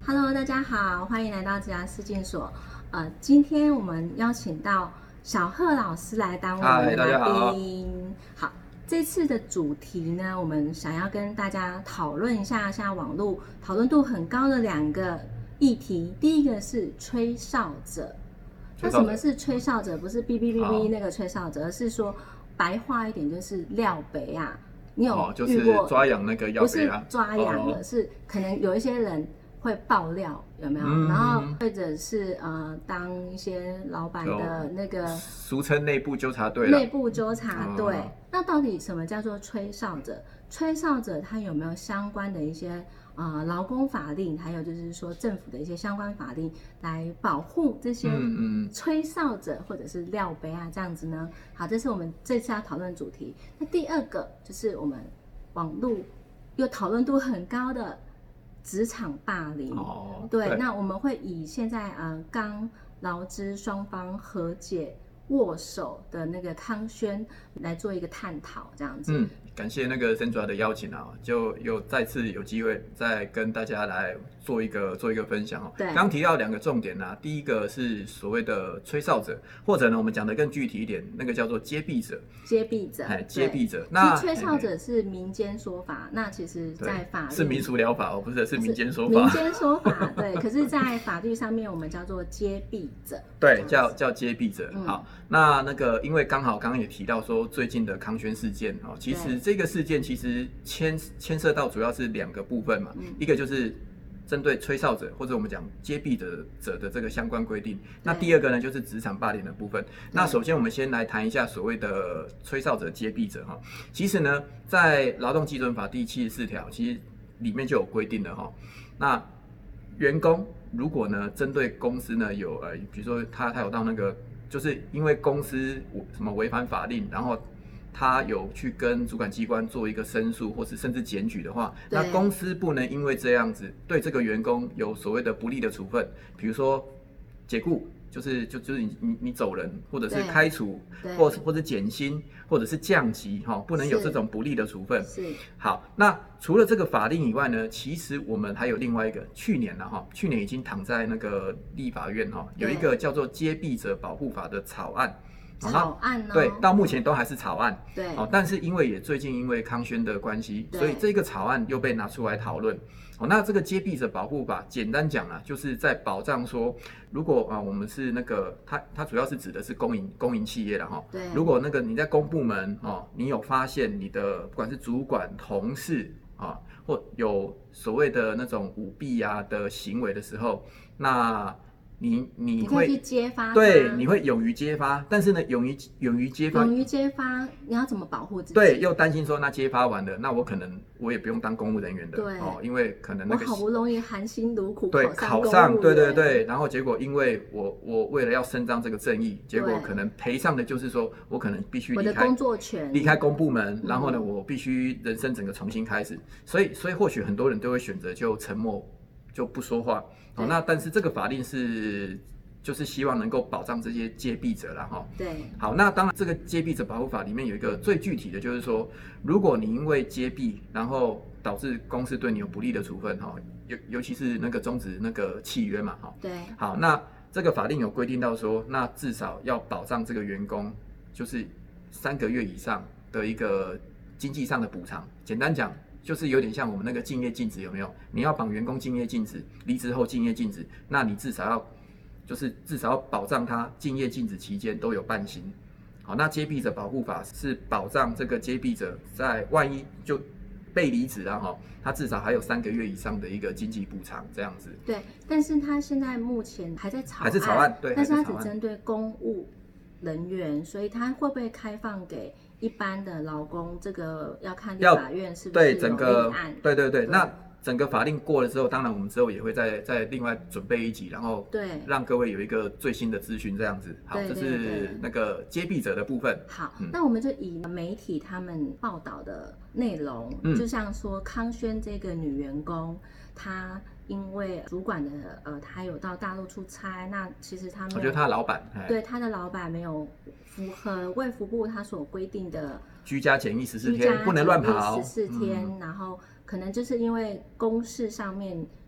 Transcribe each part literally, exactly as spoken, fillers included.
Hello， 大家好，欢迎来到职涯事件所。呃，今天我们邀请到小贺老师来当我们的来宾。好，这次的主题呢，我们想要跟大家讨论一下，现在网络讨论度很高的两个议题。第一个是吹哨者，那什么是吹哨者？不是哔哔哔哔那个吹哨者，而是说白话一点就是廖北啊。你有遇过、哦、 就是抓痒那个药北啊？ 不是抓痒的，哦、是可能有一些人会爆料，有没有？嗯、然后或者是呃，当一些老板的那个俗称内部纠察队， 内部纠察队。哦、那到底什么叫做吹哨者？吹哨者他有没有相关的一些呃劳工法令，还有就是说政府的一些相关法令来保护这些吹哨者或者是廖北啊这样子呢？好，这是我们这次要讨论的主题。那第二个就是我们网络又讨论度很高的职场霸凌。哦，对，对，那我们会以现在呃刚劳资双方和解握手的那个康轩来做一个探讨，这样子。 嗯，感谢那个Sandra的邀请啊，就有再次有机会再跟大家来做一个做一个分享哦。对，刚提到两个重点啊，第一个是所谓的吹哨者，或者呢我们讲的更具体一点，那个叫做揭弊者。 揭弊者， 哎，揭弊者。 那吹哨者是民间说法，那其实在法律是民俗疗法哦，不是是民间说法。 民间说法，对。可是，在法律上面，我们叫做揭弊者。 对，叫叫揭弊者。嗯、好，那那个因为刚好刚刚也提到说最近的康轩事件哦，其实这个事件其实牵牵涉到主要是两个部分嘛，嗯、一个就是针对吹哨者或者我们讲揭弊者者的这个相关规定，那第二个呢就是职场霸凌的部分。那首先我们先来谈一下所谓的吹哨者、揭弊者哈。其实呢，在劳动基准法第七十四条，其实里面就有规定了哈。那员工如果呢针对公司呢有呃，比如说他他有到那个，就是因为公司什么违反法令，然后他有去跟主管机关做一个申诉，或是甚至检举的话，那公司不能因为这样子对这个员工有所谓的不利的处分，比如说解雇，就是就就是你你你走人，或者是开除，或或者减薪，或者是降级，哈，不能有这种不利的处分。是。好，那除了这个法令以外呢，其实我们还有另外一个，去年了哈，去年已经躺在那个立法院哈，有一个叫做《揭弊者保护法》的草案。 草案呢、哦？ 对，到目前都还是草案。 对， 哦，但是因为也最近因为康轩的关系，所以这个草案又被拿出来讨论。哦，那这个揭弊者保护法，简单讲啊，就是在保障说，如果啊我们是那个，它它主要是指的是公营公营企业了哈。对。如果那个你在公部门哦，你有发现你的不管是主管、同事啊，或有所谓的那种舞弊啊的行为的时候，那你你会你去揭发， 对，你会勇于揭发，但是呢，勇于勇于揭发， 勇于揭发，你要怎么保护自己？ 对，又担心说，那揭发完了，那我可能我也不用当公务人员的， 对哦，因为可能那个我好不容易含辛茹苦对考上，对对对，然后结果因为我我为了要伸张这个正义，结果可能赔上的就是说我可能必须离开我的工作权， 离开公部门，然后呢，我必须人生整个重新开始，所以所以或许很多人都会选择就沉默，就不说话，哦，那但是这个法令是。就是希望能够保障这些揭弊者啦哈。对。好，那当然这个揭弊者保护法里面有一个最具体的就是说，如果你因为揭弊，然后导致公司对你有不利的处分哈，尤尤其是那个终止那个契约嘛哈。对。好，那这个法令有规定到说，那至少要保障这个员工就是三个月以上的一个经济上的补偿。简单讲。就是有点像我们那个竞业禁止有没有？你要绑员工竞业禁止，离职后竞业禁止，那你至少要。就是至少要保障他竞业禁止期间都有半薪。好，那揭弊者保护法是保障这个揭弊者在万一就被离职了哈，他至少还有三个月以上的一个经济补偿这样子。 对，但是他现在目前还在草案， 还是草案，对， 但是他只针对公务人员，所以他会不会开放给一般的劳工？这个要看立法院是不是有立案。 对对对，那。整个法令过了之后，当然我们之后也会再再另外准备一集，然后对让各位有一个最新的资讯，这样子。好，这是那个揭弊者的部分。 好，嗯、那我们就以媒体他们报道的内容，嗯、就像说康轩这个女员工，她因为主管的呃，她有到大陆出差，那其实他们我觉得他的老板对他的老板没有符合卫福部他所规定的居家检疫十四天，不能乱跑十四天，嗯、然后。可能就是因为公事上面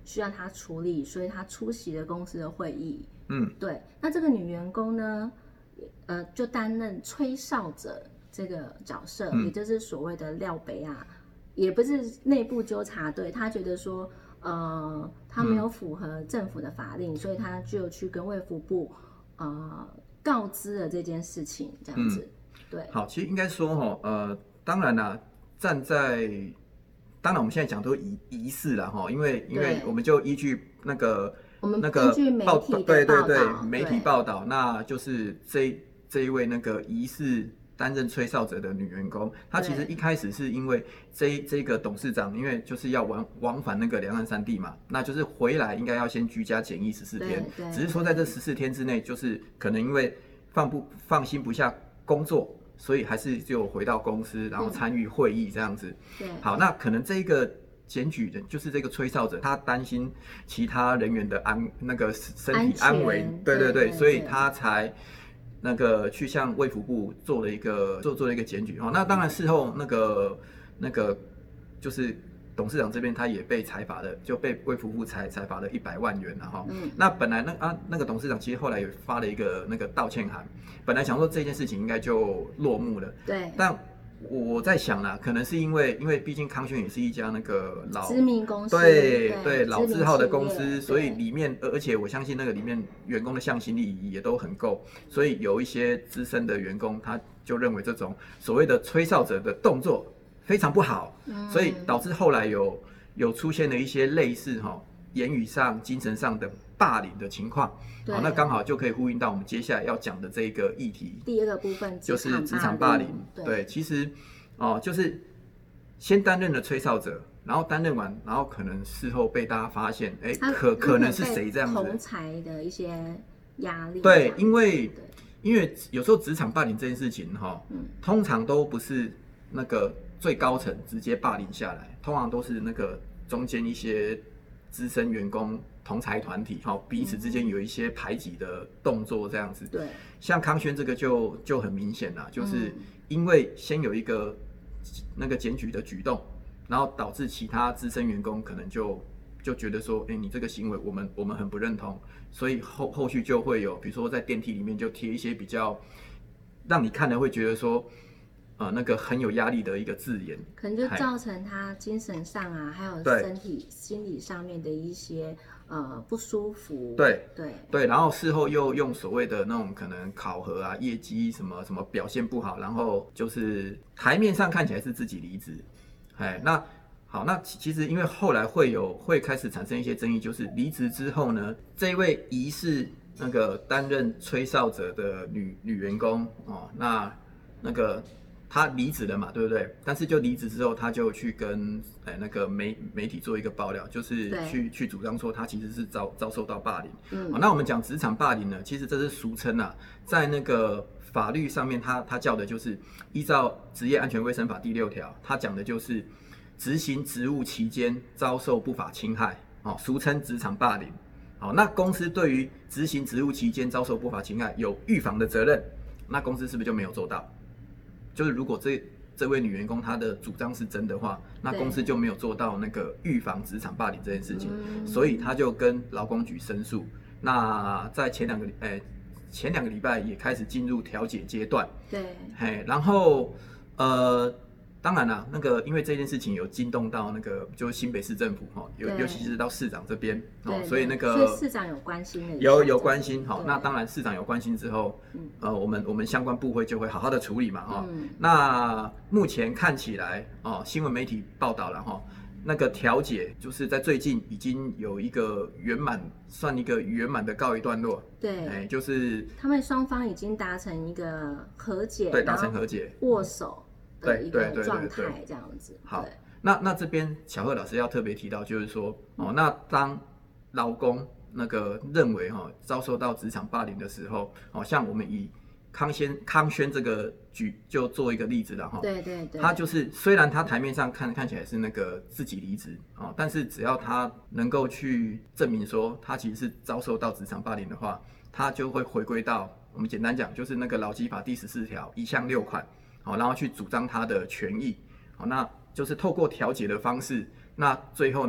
需要他处理，所以他出席了公司的会议。 嗯， 对。那这个女员工呢，呃，就担任吹哨者这个角色，嗯、也就是所谓的廖北啊，也不是内部纠察队，他觉得说，呃，他没有符合政府的法令，嗯、所以他就去跟卫福部呃告知了这件事情，这样子。嗯、对。 好，其实应该说哈，呃，当然啦，站在当然我们现在讲都疑疑似啦哈，因为因为我们就依据那个。 我们那个报对对对，媒体报道，那就是这这一位那个疑似担任吹哨者的女员工，她其实一开始是因为这这个董事长，因为就是要往往返那个两岸三地嘛，那就是回来应该要先居家检疫十四天，只是说在这十四天之内，就是可能因为放不放心不下工作，所以还是就回到公司，然后参与会议这样子。 对， 好，那可能这一个。检举的就是这个吹哨者，他担心其他人员的安那个身体安危，对对 对, 对，所以他才那个去向卫福部做了一个做做了一个检举哦。那当然事后那个那个就是董事长这边他也被裁罚了，就被卫福部裁裁罚了一百万元了哈。嗯，那本来那啊那个董事长其实后来也发了一个那个道歉函，本来想说这件事情应该就落幕了， 对， 但。我在想啦，可能是因为，因为毕竟康轩也是一家那个老知名公司， 对 对, 对老字号的公司，所以里面，而且我相信那个里面员工的向心力也都很够，所以有一些资深的员工，他就认为这种所谓的吹哨者的动作非常不好，嗯、所以导致后来有有出现了一些类似哈、哦、言语上、精神上的霸凌的情况。好，那刚好就可以呼应到我们接下来要讲的这个议题。 第二个部分就是职场霸凌。对，对其实哦，就是先担任了吹哨者，然后担任完，然后可能事后被大家发现，哎，可可能是谁这样子？ 同才的一些压力。 对，因为因为有时候职场霸凌这件事情哈、哦，嗯、通常都不是那个最高层直接霸凌下来，通常都是那个中间一些资深员工。同才团体哈，彼此之间有一些排挤的动作，这样子。 对， 像康轩这个就就很明显啦，就是因为先有一个那个检举的举动，然后导致其他资深员工可能就就觉得说，哎、欸，你这个行为我们我们很不认同，所以后后续就会有，比如说在电梯里面就贴一些比较让你看了会觉得说。呃，那个很有压力的一个字眼， 可能就造成他精神上啊，还有身体、心理上面的一些呃不舒服。 对对对，然后事后又用所谓的那种可能考核啊、业绩什么什么表现不好，然后就是台面上看起来是自己离职，哎，那好，那其实因为后来会有会开始产生一些争议，就是离职之后呢，这位疑似那个担任吹哨者的女女员工哦，那那个。他离职了嘛，对不对？但是就离职之后，他就去跟哎那个媒媒体做一个爆料，就是去去主张说他其实是遭遭受到霸凌。嗯，那我们讲职场霸凌呢，其实这是俗称啊，在那个法律上面他，他他叫的就是依照职业安全卫生法第六条，他讲的就是执行职务期间遭受不法侵害，哦，俗称职场霸凌。好，那公司对于执行职务期间遭受不法侵害有预防的责任，那公司是不是就没有做到？就是如果这这位女员工她的主张是真的话，那公司就没有做到那个预防职场霸凌这件事情，所以他就跟劳工局申诉。那在前两个诶、欸、前两个礼拜也开始进入调解阶段。 对， 嘿，然后呃。当然啦，那个因为这件事情有惊动到那个就是新北市政府哈，尤尤其是到市长这边哦，所以那个所以市长有关心的， 有有关心好，那当然市长有关心之后，嗯、呃，我们我们相关部会就会好好的处理嘛哈。嗯、那目前看起来哦，新闻媒体报道了哈，那个调解就是在最近已经有一个圆满，算一个圆满的告一段落。 对， 哎，就是他们双方已经达成一个和解， 对，达成和解， 握手。的一个状态这样子。 好，那那这边巧赫老师要特别提到，就是说哦，那当劳工那个认为哈、哦、遭受到职场霸凌的时候，哦，像我们以康轩康轩这个举就做一个例子了哈。 对对对。 他就是虽然他台面上看看起来是那个自己离职哦，但是只要他能够去证明说他其实是遭受到职场霸凌的话，他就会回归到我们简单讲就是那个劳基法第十四条一项六款。好，然后去主张他的权益，好，那就是透过调解的方式，那最后呢，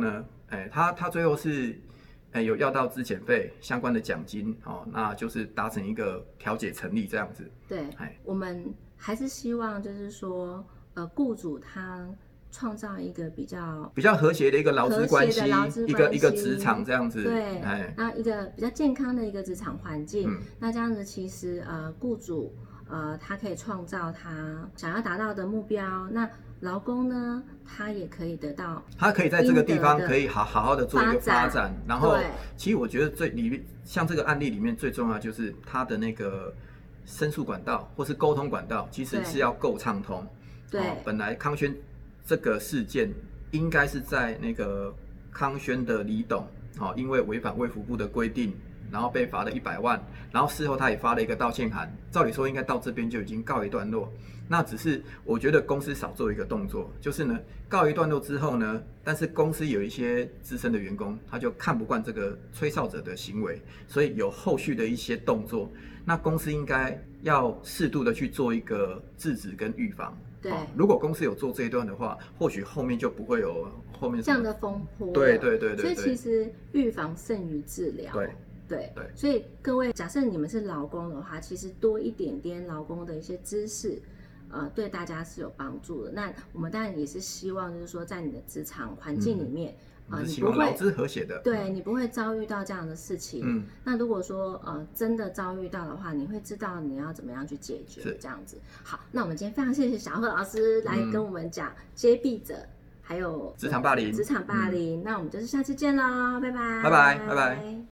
哎，他他最后是。哎，有要到资遣费相关的奖金哦，那就是达成一个调解成立这样子。 对，我们还是希望就是说，呃，雇主他创造一个比较比较和谐的一个劳资关系，一个一个职场这样子。 对，哎，那一个比较健康的一个职场环境。嗯、那这样子其实呃，雇主呃，他可以创造他想要达到的目标。那劳工呢，他也可以得到， 他可以在这个地方可以好好好的做一个发展，然后其实我觉得最里面像这个案例里面最重要就是他的那个申诉管道或是沟通管道，其实是要够畅通。 对、哦， 本来康轩这个事件应该是在那个康轩的李董，哦，因为违反卫福部的规定，然后被罚了一百万，然后事后他也发了一个道歉函，照理说应该到这边就已经告一段落。那只是我觉得公司少做一个动作，就是呢告一段落之后呢，但是公司有一些资深的员工，他就看不惯这个吹哨者的行为，所以有后续的一些动作。那公司应该要适度的去做一个制止跟预防。 对、哦， 如果公司有做这一段的话，或许后面就不会有后面这样的风波。 对对对 对, 对。 所以其实预防胜于治疗。 对。 对对，所以各位，假设你们是劳工的话，其实多一点点劳工的一些知识，呃，对大家是有帮助的。那我们当然也是希望，就是说，在你的职场环境里面， 嗯、呃，你不会劳资和谐的， 对你不会遭遇到这样的事情。嗯，那如果说呃真的遭遇到的话，你会知道你要怎么样去解决，这样子。好，那我们今天非常谢谢小贺老师来跟我们讲揭弊者。还有职场霸凌， 职场霸凌，嗯、那我们就是下次见喽，拜拜， 拜拜，拜拜。